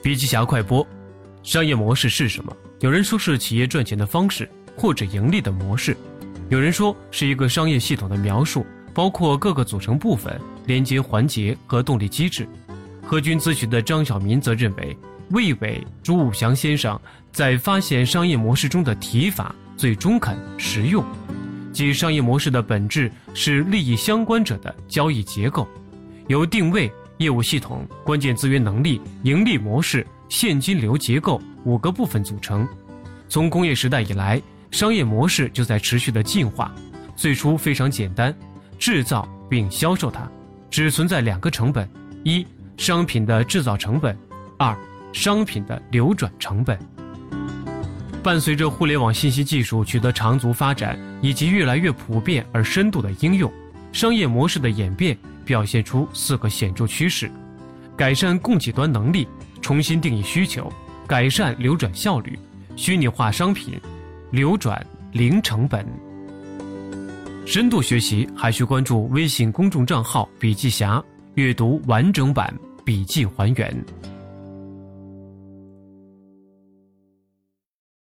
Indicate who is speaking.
Speaker 1: 笔记侠快播，商业模式是什么？有人说是企业赚钱的方式或者盈利的模式，有人说是一个商业系统的描述，包括各个组成部分、连接环节和动力机制。和军咨询的张晓民则认为，魏伟、朱武祥先生在发现商业模式中的提法最中肯实用，即商业模式的本质是利益相关者的交易结构，由定位、业务系统、关键资源能力、盈利模式、现金流结构5个部分组成。从工业时代以来，商业模式就在持续的进化。最初非常简单，制造并销售它，只存在2个成本：一、商品的制造成本；二、商品的流转成本。伴随着互联网信息技术取得长足发展，以及越来越普遍而深度的应用，商业模式的演变表现出4个显著趋势：改善供给端能力，重新定义需求，改善流转效率，虚拟化商品，流转零成本。深度学习还需关注微信公众账号笔记侠，阅读完整版笔记还原。